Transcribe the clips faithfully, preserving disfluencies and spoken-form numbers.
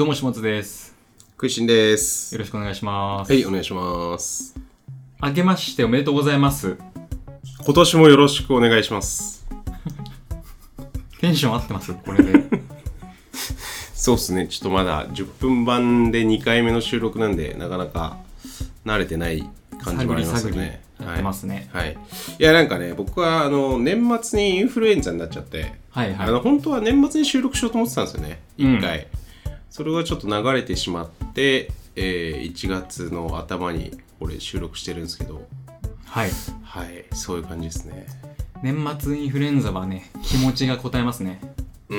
どうもしもつです。 食いしんです。 よろしくお願いします。 はい、お願いします。 明けましておめでとうございます。 今年もよろしくお願いします。 テンション合ってますこれで。 そうっすね、ちょっとまだじゅっぷん版でにかいめの収録なんでなかなか慣れてない感じもありますよね。 やってますね。 はい。はい、いやなんかね、僕はあの年末にインフルエンザになっちゃって、 はいはい、 あの本当は年末に収録しようと思ってたんですよね。いっかい、うん、それがちょっと流れてしまって、えー、いちがつの頭にこれ収録してるんですけど、 はいはい、そういう感じですね。 年末インフルエンザはね、気持ちが応えますね。 うん、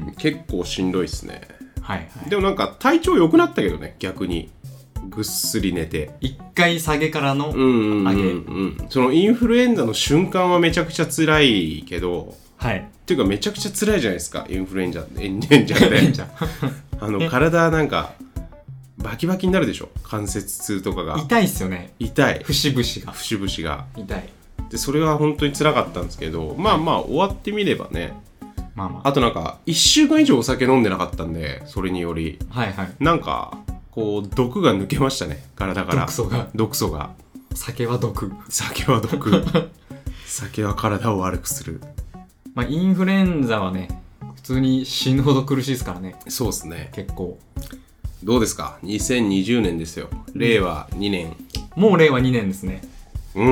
結構しんどいっすね。 はいはい。 でもなんか体調良くなったけどね、逆にぐっすり寝て一回下げからの上げ、 うんうんうんうん、そのインフルエンザの瞬間はめちゃくちゃ辛いけど、 はい、 っていうかめちゃくちゃ辛いじゃないですか、インフルエンザエンジャーであの体なんかバキバキになるでしょ、関節痛とかが痛いっすよね。 痛い、 節々が節々が痛いで、それは本当に辛かったんですけど、まあまあ終わってみればね、 まあまあ、 あとなんかいっしゅうかん以上お酒飲んでなかったんで、それにより、 はいはい、 なんかこう毒が抜けましたね、体から。 毒素が毒素が酒は毒酒は毒酒は体を悪くする。 まあインフルエンザはね、普通に死ぬほど苦しいですからね。 そうですね。 結構どうですか、にせんにじゅうねんですよ、れいわにねん。 もうれいわにねんですね。 うん、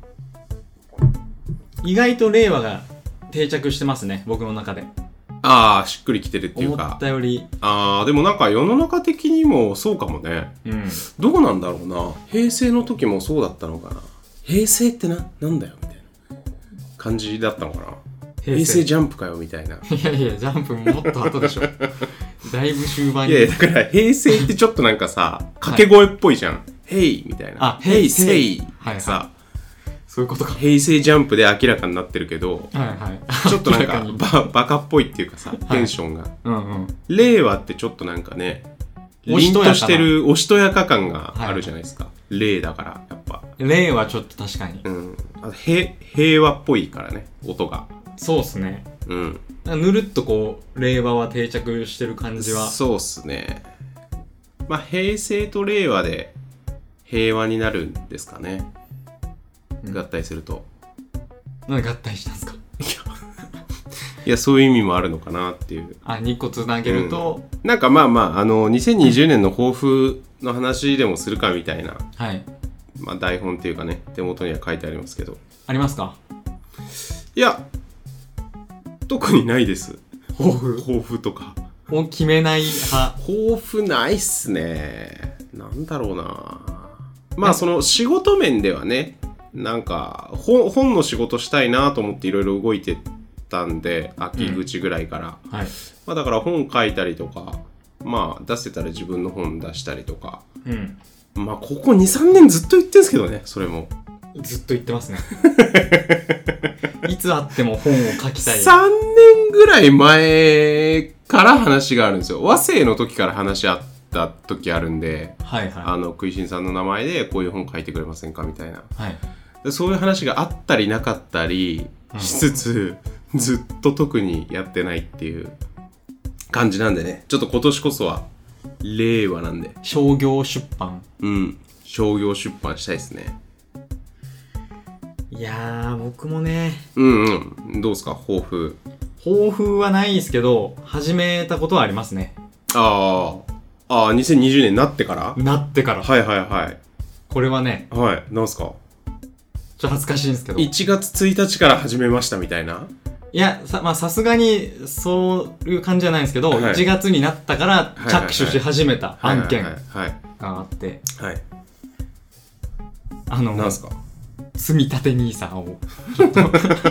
意外と令和が定着してますね、僕の中で。 ああ、しっくりきてるっていうか、 思ったより。 ああ、でもなんか世の中的にもそうかもね。 うん、 どうなんだろうな、平成の時もそうだったのかな。平成ってな、なんだよみたいな感じだったのかな。平成、平成ジャンプかよみたいな。 いやいや、ジャンプもっと後でしょ。だいぶ終盤に。 いやいや、だから平成ってちょっとなんかさ、掛け声っぽいじゃん。はい、ヘイみたいな。 あ、 ヘイセイ。 はいさ、 はい、そういうことか。 平成ジャンプで明らかになってるけど、 はいはい、 ちょっとなんかバ, バカっぽいっていうかさ、テンションが、はい、 うんうん、 令和ってちょっとなんかね、凛としてるおしとやか感があるじゃないですか。令、はい、だからやっぱ令はちょっと確かに、 うん、あ平平和っぽいからね、音が。 そうっすね。 うん、 ぬるっとこう令和は定着してる感じは。 そうっすね。まあ平成と令和で平和になるんですかね、うん、合体すると。 なんで合体したんですか？ いや、そういう意味もあるのかなっていう。 あ、にこつなげると、 うん、なんかまあまあ、あのにせんにじゅうねんの抱負の話でもするかみたいな、 はい、 まあ台本っていうかね、手元には書いてありますけど。 ありますか？ いや、特にないです。 抱負抱負とかを決めない派。 抱負ないっすね。なんだろうな。まあその仕事面ではね、なんか 本, 本の仕事したいなと思っていろいろ動いてたんで、秋口ぐらいから、 うん、はい、 まあ、だから本書いたりとか、まあ出せたら自分の本出したりとか、 うん、 まあここ にさんねんずっと言ってんすけどね、それもずっと言ってますね。いつあっても本を書きたい。 さんねんぐらい前から話があるんですよ。和製の時から話し合った時あるんで、はいはい、あの食いしんさんの名前でこういう本書いてくれませんかみたいな、はい、でそういう話があったりなかったりしつつ、うん、ずっと特にやってないっていう感じなんでね、ちょっと今年こそは令和なんで商業出版、 うん、商業出版したいですね。 いやー、僕もね、 うんうん、どうですか抱負？ 抱負はないですけど、始めたことはありますね。 ああ、ああ、にせんにじゅうねんになってからなってからはいはいはい。 これはね、 はい、なんすか？ちょっと恥ずかしいんですけど、 いちがつついたちから始めましたみたいな。 いや、さ、まあさすがにそういう感じじゃないんですけど、はい、いちがつになったから着手し始めた案件があって、はい、あの、 なんすか？ 積み立て ニーサ をちょっと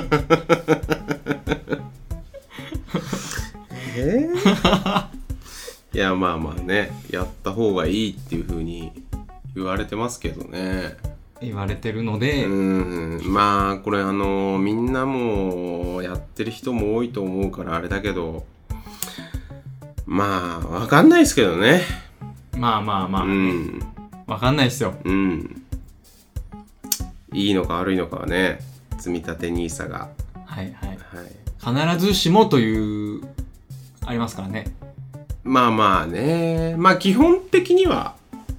えー、いやまあまあね、やった方がいいっていう風に言われてますけどね。 言われてるので、 うん、まあこれあのみんなもやってる人も多いと思うからあれだけど、まあわかんないですけどね。 まあまあまあ、ね、うん、わかんないですよ。 うん。いいのか悪いのかはね、積み立て ニーサ が、 はいはいはい、必ずしもというありますからね。 まあまあね、まあ基本的には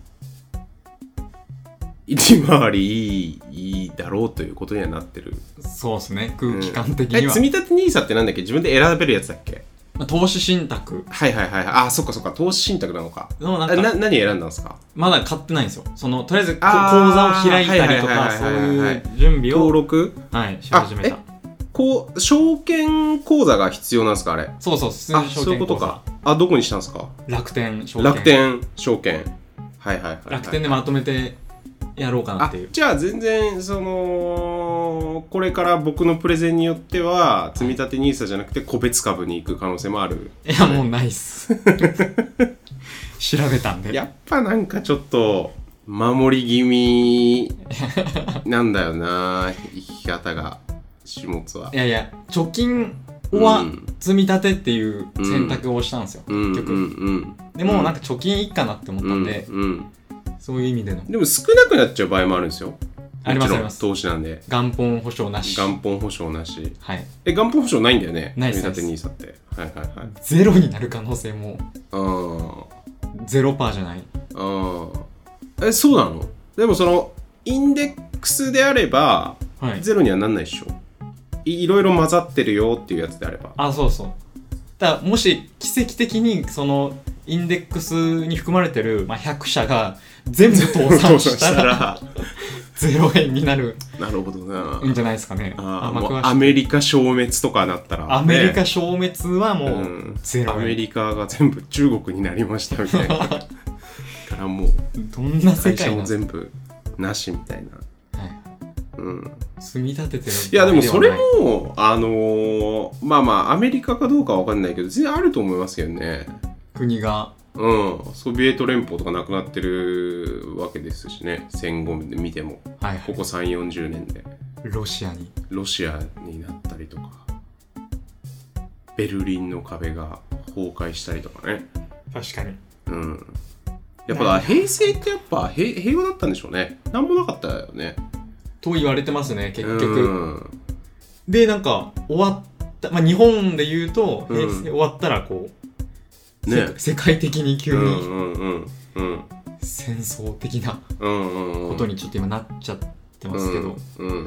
利回りいい、いいだろうということにはなってる。 そうですね、空気感的には、 うん、え積立 ニーサ ってなんだっけ、自分で選べるやつだっけ。 投資信託。 はいはいはい。あ、そっかそっか、投資信託なのか。 のなんかな何選んだんですか。 まだ買ってないんですよ。そのとりあえず口座を開いたりとか、そういう準備を登録はいし始めた。 こう証券口座が必要なんですか、あれ。 そうそう、普通に証券口座。 そういうことか。あ、どこにしたんですか。 楽天証券。 楽天証券。はいはいはい、はい。 楽天でまとめてやろうかなっていう。 じゃあ全然そのこれから僕のプレゼンによっては積立 ニーサ じゃなくて個別株に行く可能性もある。 いやもうないっす調べたんで。 やっぱなんかちょっと守り気味なんだよな生き方が下津は。 いやいや貯金は積み立てっていう選択をしたんですよ、 うん、 結局、 うんうん、 でもなんか貯金いいかなって思ったんで、うんうん、そういう意味での。 でも少なくなっちゃう場合もあるんですよ。 ありますあります。 投資なんで元本保証なし。 元本保証なし。 はい。 え、元本保証ないんだよね。 ないです。 積立 ニーサ って。はいはいはい。 ゼロになる可能性も。 ああ。 ゼロパーじゃない。 ああ。え、そうなの？でもそのインデックスであれば、はい、ゼロにはなんないでしょ。い, いろいろ混ざってるよっていうやつであれば。 あ、そうそう。だからもし奇跡的にそのインデックスに含まれてる、まあ、ひゃく社が全部倒産したらゼロえんになる。 なるほどな。 いいんじゃないですかね。 あ、まあ、アメリカ消滅とかなったら、ね、 アメリカ消滅はもうゼロえん、 うん、アメリカが全部中国になりましたみたいなからもうどんな世界会社も全部なしみたいな。 うん、積み立ててる。 いやでもそれもあのー、まあまあアメリカかどうかわかんないけど全然あると思いますけどね。 国がうんソビエト連邦とかなくなってるわけですしね、戦後で見ても、はいはい、ここさんじゅうよんじゅうねんでロシアにロシアになったりとかベルリンの壁が崩壊したりとかね。 確かに。 うんやっぱ平成ってやっぱ 平, 平和だったんでしょうね。なんもなかったよねと言われてますね結局。でなんか終わった、まあ、日本で言うと平成終わったらこう、ね、世界的に急に、うんうんうんうん、戦争的なことにちょっと今なっちゃってますけど、うんうん、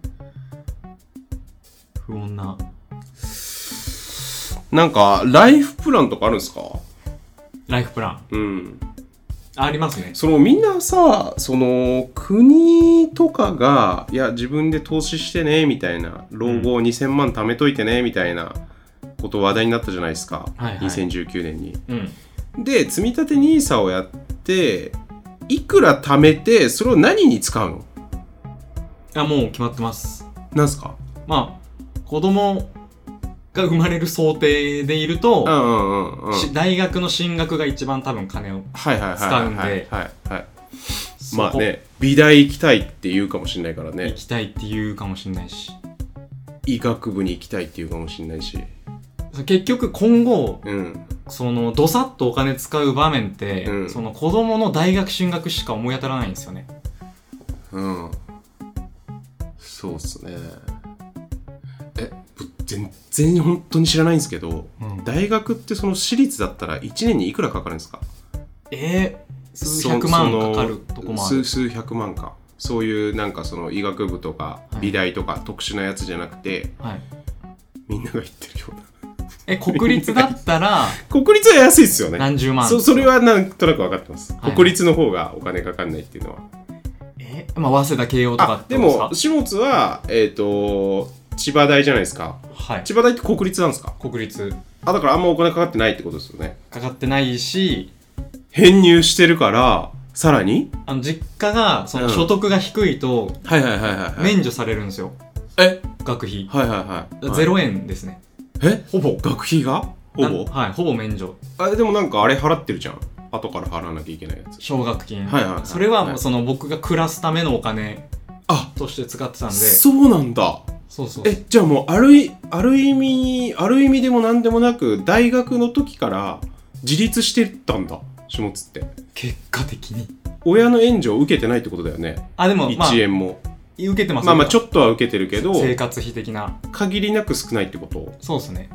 不穏な。 なんかライフプランとかあるんですか。 ライフプラン、うんありますね。 そのみんなさその国とかがいや自分で投資してねみたいな老後にせんまん貯めといてねみたいなこと話題になったじゃないですか、はいはい、にせんじゅうきゅうねんに、うん、で積立 ニーサ をやっていくら貯めてそれを何に使うの。 あもう決まってます。 なんすか。 まあ子供が生まれる想定でいると、うんうんうんうん、大学の進学が一番多分金を使うんで、 まあね美大行きたいって言うかもしれないからね。 行きたいって言うかもしれないし医学部に行きたいって言うかもしれないし結局今後、うん、そのどさっとお金使う場面って、うん、その子供の大学進学しか思い当たらないんですよね。 うんそうっすね。え全然本当に知らないんですけど、うん、大学ってその私立だったらいちねんにいくらかかるんですか。 えー、数百万かかるとこもある。 数数百万か。そういうなんかその医学部とか美大とか特殊なやつじゃなくて、はい、みんなが言ってるようなえ国立だったら国立は安いですよね。 何十万そ, それはなんとなく分かってます、はい、国立の方がお金かかんないっていうのは。 えまあ早稲田慶応とかってでも下津はえっ、ー、と千葉大じゃないですか、はい、千葉大って国立なんですか。 国立。 あだからあんまお金かかってないってことですよね。 かかってないし編入してるからさらにあの実家がその所得が低いと免除されるんですよ。 え学費はいはいはい、 はい、ゼロえんですね。 えほぼ学費がほぼはいほぼ免除。 あでもなんかあれ払ってるじゃん後から払わなきゃいけないやつ奨学金。 はいはい、はい、 それはもうその僕が暮らすためのお金として使ってたんで。 そうなんだ。 そうそうそう。 えじゃあもうあるいある意味ある意味でもなんでもなく大学の時から自立してたんだ下津って。 結果的に親の援助を受けてないってことだよね。 あでもいちえんも、まあ、 受けてます。 まあまあちょっとは受けてるけど生活費的な限りなく少ないってこと。 そうですね。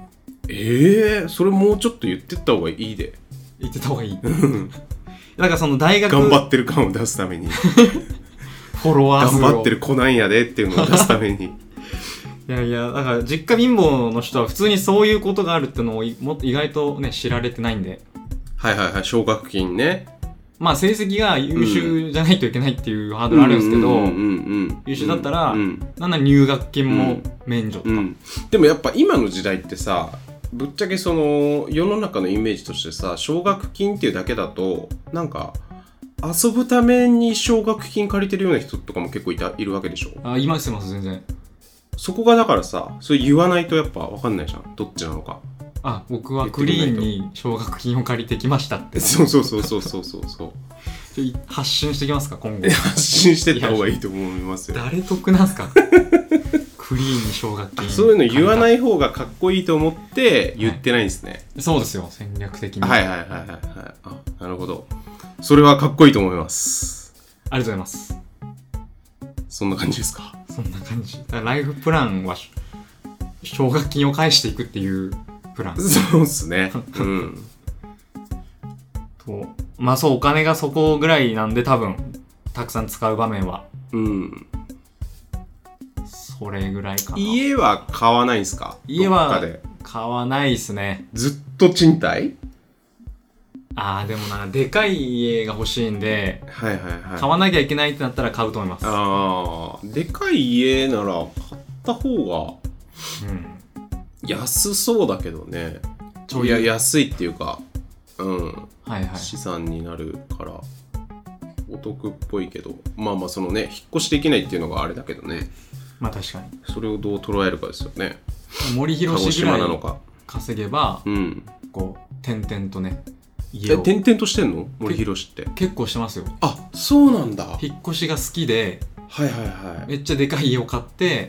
えー、それもうちょっと言ってった方がいいで。 言ってた方がいいなんかその大学頑張ってる感を出すためにフォロワー数を頑張ってる子なんやでっていうのを出すためにいやいや、だから実家貧乏の人は普通にそういうことがあるっていうのをもっと意外とね知られてないんで。 はいはいはい、奨学金ね。 まあ成績が優秀じゃないといけないっていうハードルあるんですけど、優秀だったら、うん、なんなら入学金も免除とか、うんうん、 でもやっぱ今の時代ってさ、ぶっちゃけその世の中のイメージとしてさ、奨学金っていうだけだとなんか遊ぶために奨学金借りてるような人とかも結構いたいるわけでしょ。 あ、いますいます、全然。 そこがだからさ、それ言わないとやっぱ分かんないじゃん、どっちなのか。 あ、僕はクリーンに奨学金を借りてきましたってそうそうそうそうそうそうそう発信してきますか今後。 発信してった方がいいと思いますよ。 誰得なんすかクリーンに奨学金。 そういうの言わない方がかっこいいと思って言ってないんですね、はい、 そうですよ、戦略的に。 はいはいはいはいはい。あ、なるほど、それはかっこいいと思います。 ありがとうございます。 そんな感じですか。 そんな感じ。だからライフプランは奨学金を返していくっていうプラン。 そうっすね。うん。 と、まあそう、お金がそこぐらいなんで多分たくさん使う場面は。 うん。 それぐらいかな。 家は買わないんすか？ 家は買わないっすね。 ずっと賃貸？ ああ、でもな、でかい家が欲しいんで、 はいはいはい。 買わなきゃいけないってなったら買うと思います。 ああ、でかい家なら買った方が、うん。安そうだけどね。ちょいや安いっていうか、うん、はいはい、資産になるからお得っぽいけど、まあまあそのね、引っ越しできないっていうのがあれだけどね。 まあ確かに。 それをどう捉えるかですよね。 森広氏ぐらい稼げば、うん、こう点々とね、 家を。え、点々としてんの？森広氏って。 結構してますよ。 あ、そうなんだ。 引っ越しが好きで、 はいはいはい。 めっちゃでかい家を買って。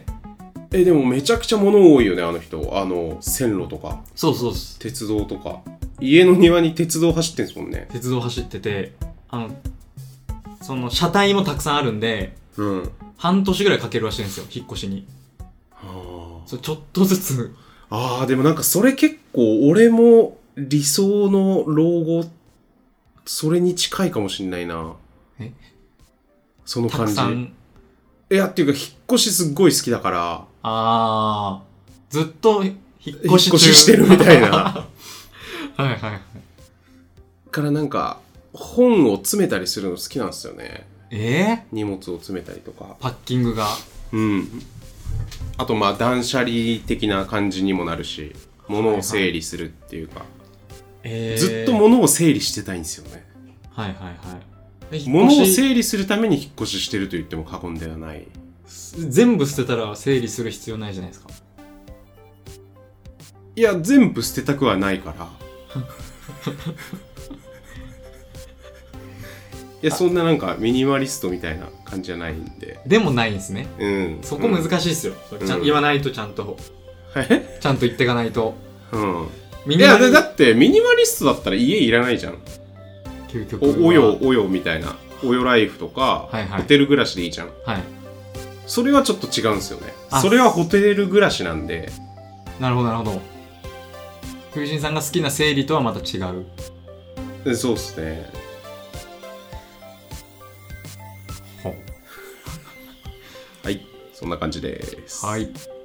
え、でもめちゃくちゃ物多いよね、あの人。あの線路とか、 そうそうです、 鉄道とか、家の庭に鉄道走ってんすもんね。 鉄道走ってて、あのその車体もたくさんあるんで、うん、半年ぐらいかけるらしいんですよ、引っ越しに。はあ、それちょっとずつ。 ああ、でもなんかそれ結構俺も理想の老後、それに近いかもしんないな。え、その感じ。たくさん。いや、っていうか引っ越しすっごい好きだから。 あー、ずっと引っ越し中。 引っ越ししてるみたいな。 はいはいはい。 からなんか本を詰めたりするの好きなんですよね。 えー、 荷物を詰めたりとか。 パッキングが。うん。 あとまあ断捨離的な感じにもなるし、物を整理するっていうか、はいはい、ずっと物を整理してたいんですよね。 はいはいはい。 物を整理するために引っ越ししてると言っても過言ではない。 全部捨てたら整理する必要ないじゃないですか。 いや、全部捨てたくはないからいや、そんななんかミニマリストみたいな感じじゃないんで。 でもないんですね。 うん。 そこ難しいですよ、うん、ちゃん言わないとちゃんと、うん、ちゃんと言っていかないと。 うん。ミニマリいや、だってミニマリストだったら家いらないじゃん。究極はおよおよみたいな、およライフとか、はいはい、ホテル暮らしでいいじゃん。はい。それはちょっと違うんですよね。それはホテル暮らしなんで。 なるほどなるほど。風神さんが好きな整理とはまた違う。そうっすね。はい、そんな感じです。 はい。